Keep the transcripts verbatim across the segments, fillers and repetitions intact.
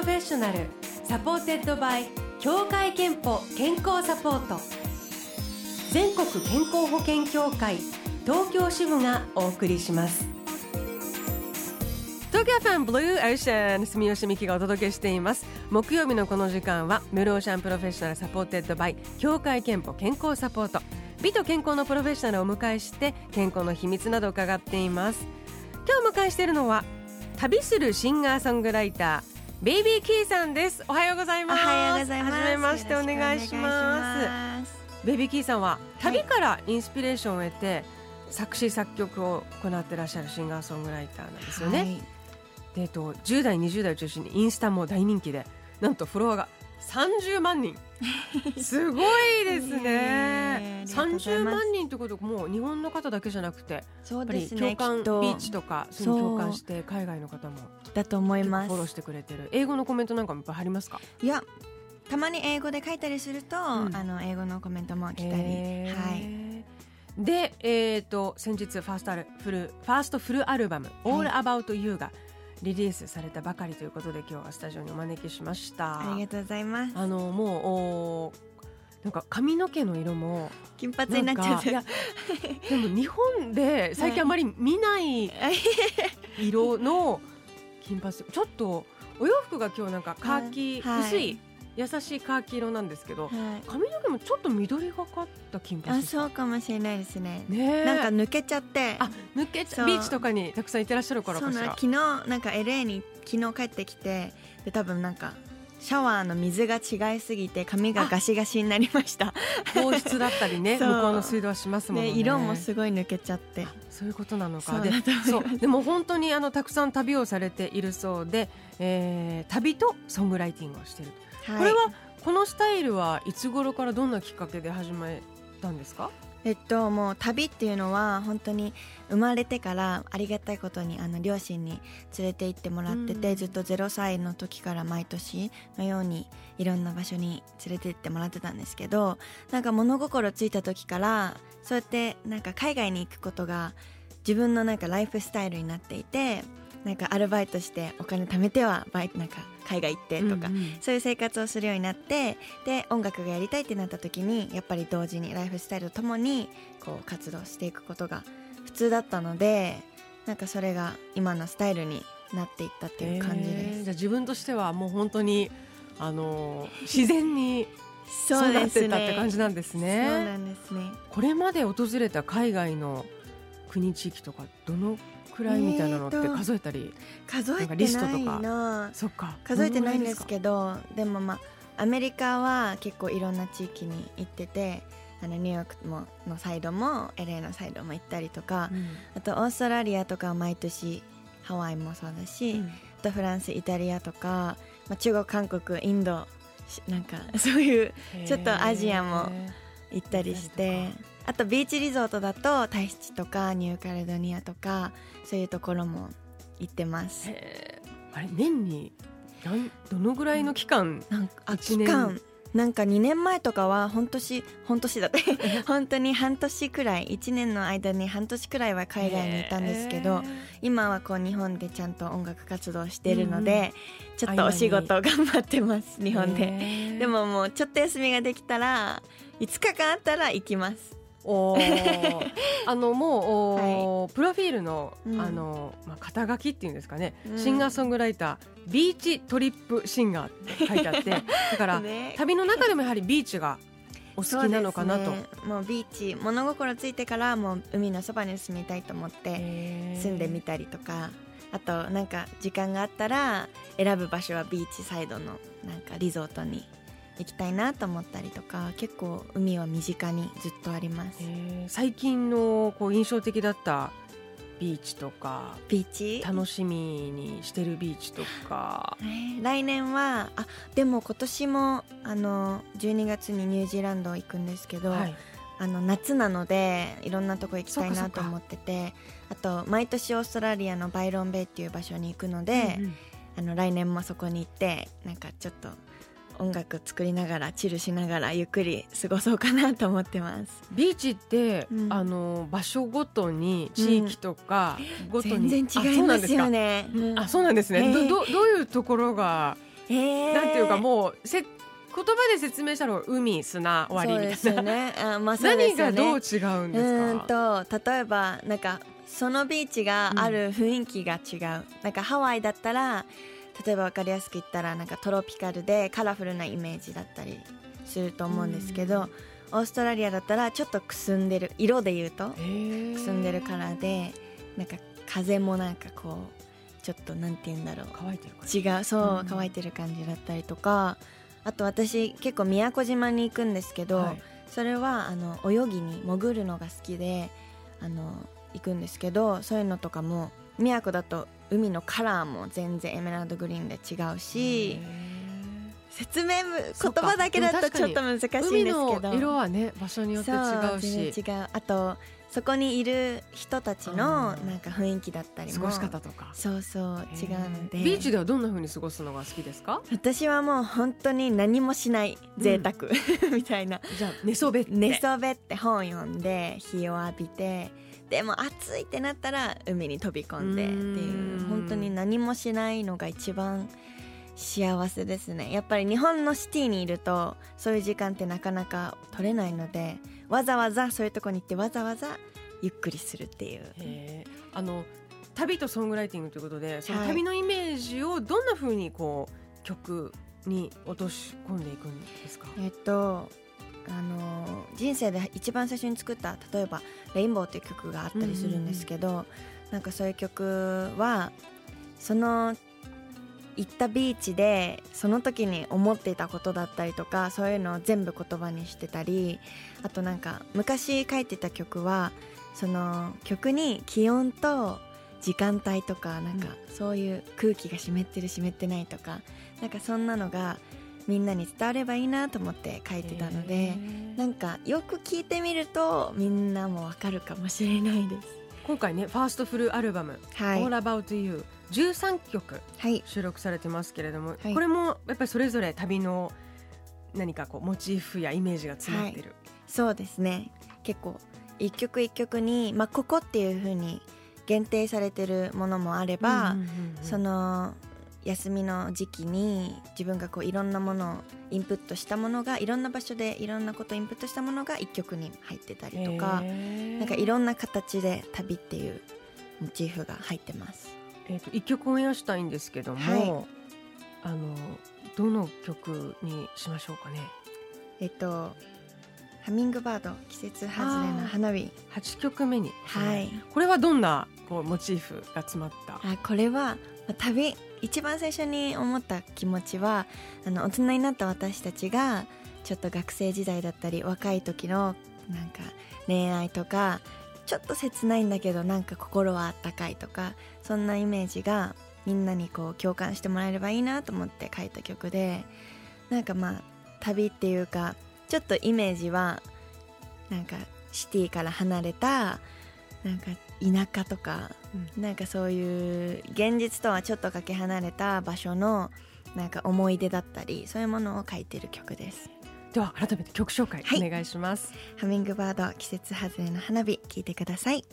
ロフェッショナルサポーテッドバイ協会憲法健康サポート、全国健康保険協会東京支部がお送りします。東京ファンブルーオーシャン、住吉美希がお届けしています。木曜日のこの時間はブルーオーシャンプロフェッショナルサポーテッドバイ協会憲法健康サポート、美と健康のプロフェッショナルをお迎えして健康の秘密などを伺っています。今日お迎えしているのは旅するシンガーソングライターベイビーキーさんです。おはようございます。 おはようございます。 はじめまして、お願いします。ベイビーキーさんは旅からインスピレーションを得て、はい、作詞作曲を行ってらっしゃるシンガーソングライターなんですよね、はい。で、えっと、じゅう代にじゅう代を中心にインスタも大人気で、なんとフォロワーがさんじゅうまんにんすごいですねさんじゅうまんにんってことはもう日本の方だけじゃなくて、 そうですね、 やっぱり共感ビーチとかそういうの共感して海外の方もだと思います。 フォローしてくれてる。英語のコメントなんかもいっぱい貼りますか？ いや、たまに英語で書いたりすると、うん、あの英語のコメントも来たり、はい。 で、えー、と先日ファーストフルファーストフルアルバム、はい、All About You がリリースされたばかりということで、今日はスタジオにお招きしました。 ありがとうございます。 あのもうなんか髪の毛の色も金髪になっちゃって、 いやでも日本で最近あまり見ない色の金髪、ちょっとお洋服が今日なんかカーキ、はい、薄い優しいカーキ色なんですけど、はい、髪の毛もちょっと緑がかった金髪。 あ、そうかもしれないですね。 ね、 なんか抜けちゃって、 あ、抜けちゃビーチとかにたくさんいてらっしゃるからかしら。 そうな、昨日なんか エルエー に昨日帰ってきて、で多分なんかシャワーの水が違いすぎて髪がガシガシになりました。 放出だったりね向こうの水道はしますもんね。 色もすごい抜けちゃって、 そういうことなのか。 で, そうでも本当にあのたくさん旅をされているそうで、えー、旅とソングライティングをしている、はい。これはこのスタイルはいつ頃からどんなきっかけで始めたんですか？ えっと、もう旅っていうのは本当に生まれてからありがたいことにあの両親に連れて行ってもらってて、うん、ずっとゼロさいの時から毎年のようにいろんな場所に連れて行ってもらってたんですけど、なんか物心ついた時からそうやってなんか海外に行くことが自分のなんかライフスタイルになっていて、なんかアルバイトしてお金貯めてはバイなんか海外行ってとか、うんうん、そういう生活をするようになって、で音楽がやりたいってなった時にやっぱり同時にライフスタイルとともにこう活動していくことが普通だったので、なんかそれが今のスタイルになっていったっていう感じです。 えー、じゃあ自分としてはもう本当にあの自然に育ってたって感じなんですね。 そうなんですね。 これまで訪れた海外の国地域とかどのくらいみたいなのって数えたり、 数えてないな、 リストとか。そっか、 数えてないんですけど、でもまあアメリカは結構いろんな地域に行ってて、あのニューヨークものサイドも エルエー のサイドも行ったりとか、うん、あとオーストラリアとかは毎年ハワイもそうだし、うん、あとフランス、イタリアとか、まあ、中国、韓国、インド、なんかそういうちょっとアジアも行ったりして、あとビーチリゾートだとタヒチとかニューカレドニアとかそういうところも行ってます。 へー、あれ年になんどのぐらいの期間？ なんかあ期間なんかにねんまえとかは半年半年だって本当に半年くらい、いちねんの間に半年くらいは海外にいたんですけど、今はこう日本でちゃんと音楽活動してるので、うん、ちょっとお仕事頑張ってます日本で。でももうちょっと休みができたらいつかかんあったら行きます。 おあのもう、はい、プロフィールの、うん、あのまあ、肩書きっていうんですかね、うん、シンガーソングライタービーチトリップシンガーって書いてあってだから、ね、旅の中でもやはりビーチがお好きなのかなと。 そうですね、もうビーチ物心ついてからもう海のそばに住みたいと思って住んでみたりとか、あとなんか時間があったら選ぶ場所はビーチサイドのなんかリゾートに行きたいなと思ったりとか、結構海は身近にずっとあります。 最近のこう印象的だったビーチとか、 ビーチ楽しみにしてるビーチとか、 えー、来年はあでも今年もあのじゅうにがつにニュージーランド行くんですけど、はい、あの夏なのでいろんなとこ行きたいなと思ってて、あと毎年オーストラリアのバイロンベイっていう場所に行くので、うんうん、あの来年もそこに行ってなんかちょっと音楽作りながらチルしながらゆっくり過ごそうかなと思ってます。 ビーチって、うん、あの場所ごとに地域とかごとに、 うん、全然違いますよね。 あ、そうなんですね、 えー、 ど, ど, どういうところがえー、 なんていうかもうせ言葉で説明したら海砂終わりみたいな、 ねあ、まあそうですよね、 何がどう違うんですか？ うんと例えばなんかそのビーチがある雰囲気が違う、うん、なんかハワイだったら例えば分かりやすく言ったらなんかトロピカルでカラフルなイメージだったりすると思うんですけど、オーストラリアだったらちょっとくすんでる、色で言うとくすんでるカラーで、なんか風もなんかこうちょっとなんて言うんだろう、 乾いてる感じ、 違う、そう、乾いてる感じだったりとか、あと私結構宮古島に行くんですけど、はい、それはあの泳ぎに潜るのが好きであの行くんですけど、そういうのとかも宮古だと海のカラーも全然エメラルドグリーンで違うし、説明言葉だけだとちょっと難しいんですけど、 海の色はね場所によって違うし、 全然違う。あとそこにいる人たちのなんか雰囲気だったりも過ごし方とか、 そうそう違うので。 ビーチではどんな風に過ごすのが好きですか？ 私はもう本当に何もしない贅沢、うん、みたいな。 じゃあ寝そべって寝そべって本読んで日を浴びて、でも暑いってなったら海に飛び込んでっていう、本当に何もしないのが一番幸せですね。やっぱり日本のシティにいるとそういう時間ってなかなか取れないので、わざわざそういうとこに行ってわざわざゆっくりするっていう。 へー、あの旅とソングライティングということで、その旅のイメージをどんな風にこう曲に落とし込んでいくんですか？ えっとあの人生で一番最初に作った例えばレインボーっていう曲があったりするんですけど、うんうんうん、なんかそういう曲はその行ったビーチでその時に思っていたことだったりとか、そういうのを全部言葉にしてたり、あとなんか昔書いてた曲はその曲に気温と時間帯とか、なんかそういう空気が湿ってる湿ってないとか、なんかそんなのがみんなに伝わればいいなと思って書いてたので、なんかよく聞いてみるとみんなもわかるかもしれないです。 今回ねファーストフルアルバム、はい、All About You じゅうさんきょく収録されてますけれども、はい、これもやっぱりそれぞれ旅の何かこうモチーフやイメージが詰まってる、はい、 そうですね。結構一曲一曲に、まあ、ここっていう風に限定されてるものもあれば、うんうんうんうん、その休みの時期に自分がこういろんなものをインプットしたものが、いろんな場所でいろんなことをインプットしたものが一曲に入ってたりとか、なんかいろんな形で旅っていうモチーフが入ってます。 えーと、一曲オンエアしたいんですけども、はい、あのどの曲にしましょうかね。 えっとハミングバード季節外れの花火はちきょくめに、 はい、 これはどんなこうモチーフが詰まった？ あ、これは旅一番最初に思った気持ちは、あの大人になった私たちがちょっと学生時代だったり若い時のなんか恋愛とか、ちょっと切ないんだけどなんか心はあったかいとか、そんなイメージがみんなにこう共感してもらえればいいなと思って書いた曲で、なんかまあ旅っていうかちょっとイメージはなんかシティから離れたなんか田舎とか、うん、なんかそういう現実とはちょっとかけ離れた場所のなんか思い出だったり、そういうものを書いてる曲です。 では改めて曲紹介お願いします、 はい、ハミングバード季節外れの花火、聴いてください。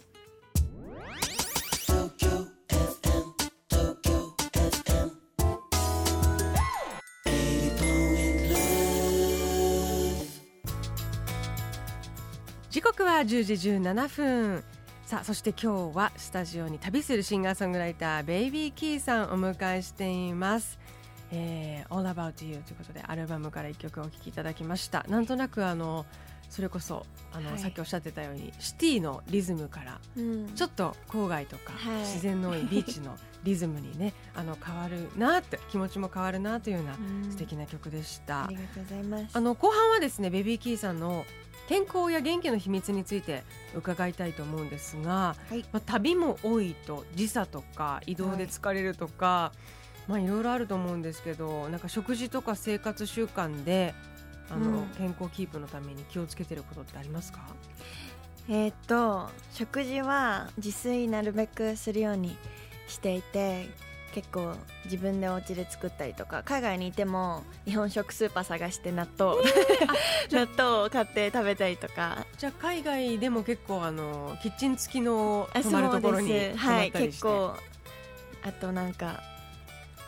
時刻はじゅうじじゅうななふん。さあ、そして今日はスタジオに旅するシンガーソングライターベイビーキーさんをお迎えしています。えー、All About You ということでアルバムからいっきょくお聴きいただきました。なんとなくあのそれこそあの、はい、さっきおっしゃってたようにシティのリズムから、うん、ちょっと郊外とか、はい、自然の多いビーチのリズムにねあの変わるなって、気持ちも変わるなというような、うん、素敵な曲でした。 ありがとうございます。 あの後半はですねベイビーキーさんの健康や元気の秘密について伺いたいと思うんですが、はい、まあ、旅も多いと時差とか移動で疲れるとか、はい、まあ、いろいろあると思うんですけど、なんか食事とか生活習慣であの、うん、健康キープのために気をつけてることってありますか？ えー、っと食事は自炊なるべくするようにしていて、結構自分でお家で作ったりとか、海外にいても日本食スーパー探して納豆、えー、納豆を買って食べたりとか。 じゃあ海外でも結構あのキッチン付きの泊まるところに泊まったりして、 はい、結構。あとなんか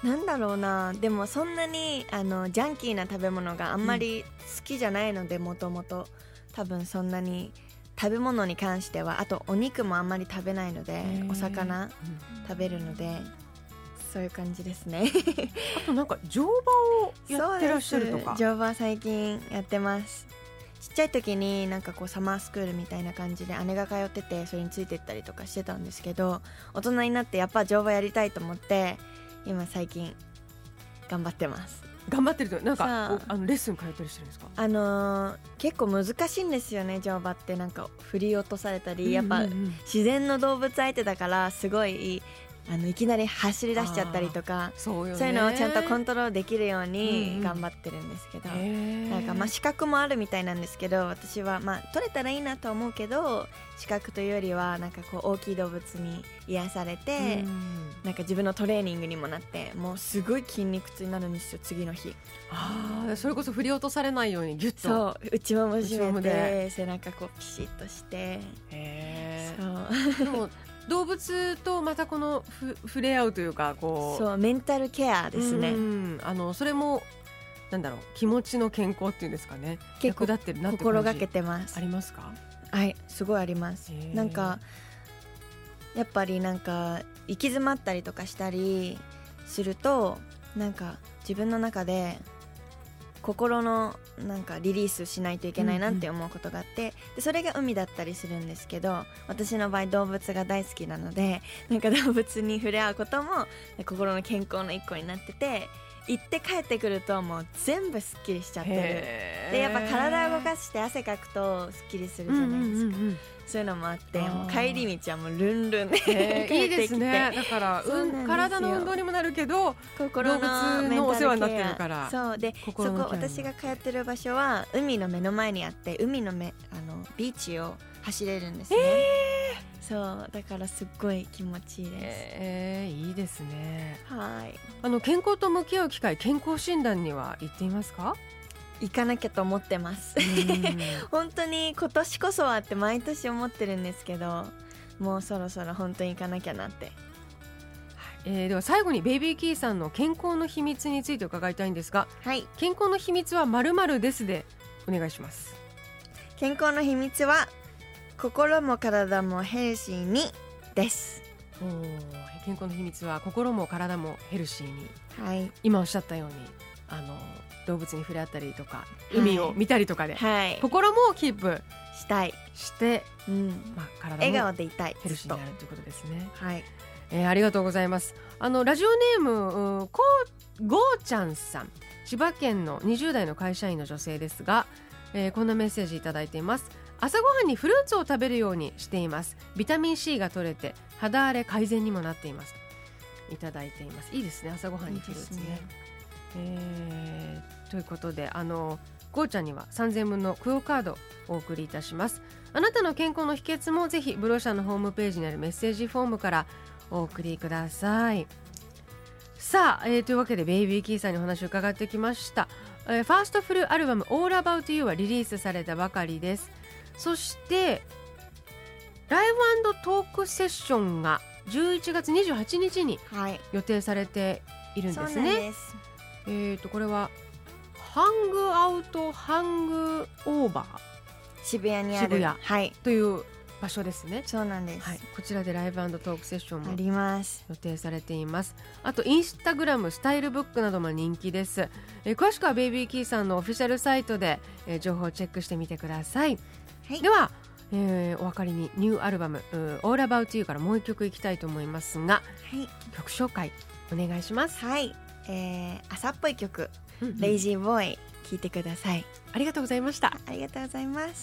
なんだろうな、でもそんなにあのジャンキーな食べ物があんまり好きじゃないので、もともと多分そんなに食べ物に関しては、あとお肉もあんまり食べないので、お魚食べるので、そういう感じですねあとなんか乗馬をやってらっしゃるとか。 乗馬最近やってます。ちっちゃい時になんかこうサマースクールみたいな感じで姉が通ってて、それについてったりとかしてたんですけど、大人になってやっぱ乗馬やりたいと思って今最近頑張ってます。 頑張ってるとなんかあのレッスン通ったりしてるんですか？ あのー、結構難しいんですよね、乗馬って。なんか振り落とされたり、やっぱ自然の動物相手だからすごいあのいきなり走り出しちゃったりとか、そうよね、そういうのをちゃんとコントロールできるように頑張ってるんですけど、うんうん、なんかまあ資格もあるみたいなんですけど、私はまあ取れたらいいなとは思うけど、資格というよりはなんかこう大きい動物に癒されて、うん、なんか自分のトレーニングにもなって、もうすごい筋肉痛になるんですよ、次の日。 あ、それこそ振り落とされないようにギュッと、 そう内もも締めて背中こうピシッとして。 へー、そうでも動物とまたこのふ触れ合うというか、こうそうメンタルケアですね。 うん、あのそれもなんだろう、気持ちの健康っていうんですかね、 結構役立ってるなって心がけてます。 ありますか？ はい、すごいあります。なんかやっぱりなんか行き詰まったりとかしたりすると、なんか自分の中で心のなんかリリースしないといけないなって思うことがあって、うんうん、でそれが海だったりするんですけど、私の場合動物が大好きなので、なんか動物に触れ合うことも心の健康の一個になってて、行って帰ってくるともう全部すっきりしちゃってる。でやっぱ体を動かして汗かくとすっきりするじゃないですか、うんうんうんうん、そういうのもあって、もう帰り道はもうルンルンで帰ってきて、 いいですね。だから、うん、体の運動にもなるけど心の動物のお世話になってるから。 そうで、そこ私が通ってる場所は海の目の前にあって、海の目あのビーチを走れるんですね、えー、そうだからすっごい気持ちいいです。 えー、いいですね。 はい。 あの健康と向き合う機会、健康診断には行っていますか？ 行かなきゃと思ってます本当に今年こそはって毎年思ってるんですけど、もうそろそろ本当に行かなきゃなって。 えー、では最後にベイビーキーさんの健康の秘密について伺いたいんですが、 はい、 健康の秘密は〇〇ですでお願いします。 健康の秘密は心も体もヘルシーにです。 お健康の秘密は心も体もヘルシーに、 はい、 今おっしゃったようにあの動物に触れ合ったりとか、海を見たりとかで、はい、心もキープしたいして、 うんまあ、体も笑顔でいたい、 ヘルシーになるということですね。 はい、 えー、ありがとうございます。あのラジオネームこうゴーちゃんさん、千葉県のにじゅう代の会社員の女性ですが、えー、こんなメッセージいただいています。朝ごはんにフルーツを食べるようにしています。ビタミン C が取れて肌荒れ改善にもなっています。いただいています。いいですね、朝ごはんにフルーツね。いいですね。えー、ということで、あのゴーちゃんにはさんぜんぶんのクオカードをお送りいたします。あなたの健康の秘訣もぜひブロシャのホームページにあるメッセージフォームからお送りください。さあ、えー、というわけでベイビーキーさんにお話を伺ってきました。えー、ファーストフルアルバム All About You はリリースされたばかりです。そしてライブ&トークセッションがじゅういちがつにじゅうはちにちに予定されているんですね。 そうなんです。 えー、とこれはハングアウトハングオーバー渋谷にある渋谷、 はい、 という場所ですね。 そうなんです、 はい、こちらでライブ&トークセッションもあります予定されています。あとインスタグラム、スタイルブックなども人気です。えー、詳しくはベイビーキーさんのオフィシャルサイトで、えー、情報をチェックしてみてください。はい、では、えー、お分かりにニューアルバム All About You からもう一曲いきたいと思いますが、はい、曲紹介お願いします。 はい、えー、朝っぽい曲、うんうん、レイジーボーイ聴いてください。 ありがとうございました。 ありがとうございます。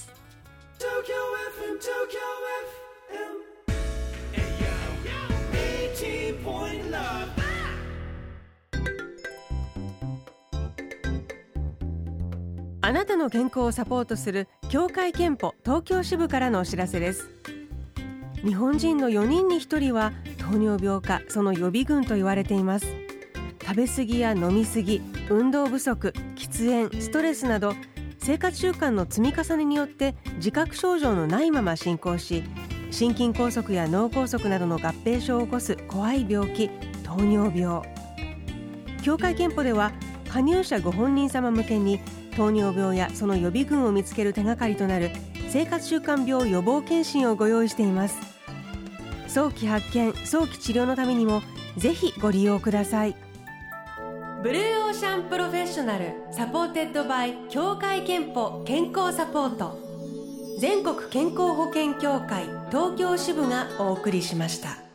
あなたの健康をサポートする協会憲法東京支部からのお知らせです。日本人のよにんにひとりは糖尿病かその予備軍と言われています。食べ過ぎや飲み過ぎ、運動不足、喫煙、ストレスなど生活習慣の積み重ねによって自覚症状のないまま進行し、心筋梗塞や脳梗塞などの合併症を起こす怖い病気、糖尿病。 協会憲法では加入者ご本人様向けに糖尿病やその予備軍を見つける手がかりとなる生活習慣病予防検診をご用意しています。早期発見・早期治療のためにもぜひご利用ください。ブルーオーシャンプロフェッショナルサポーテッドバイ協会憲法健康サポート、全国健康保険協会東京支部がお送りしました。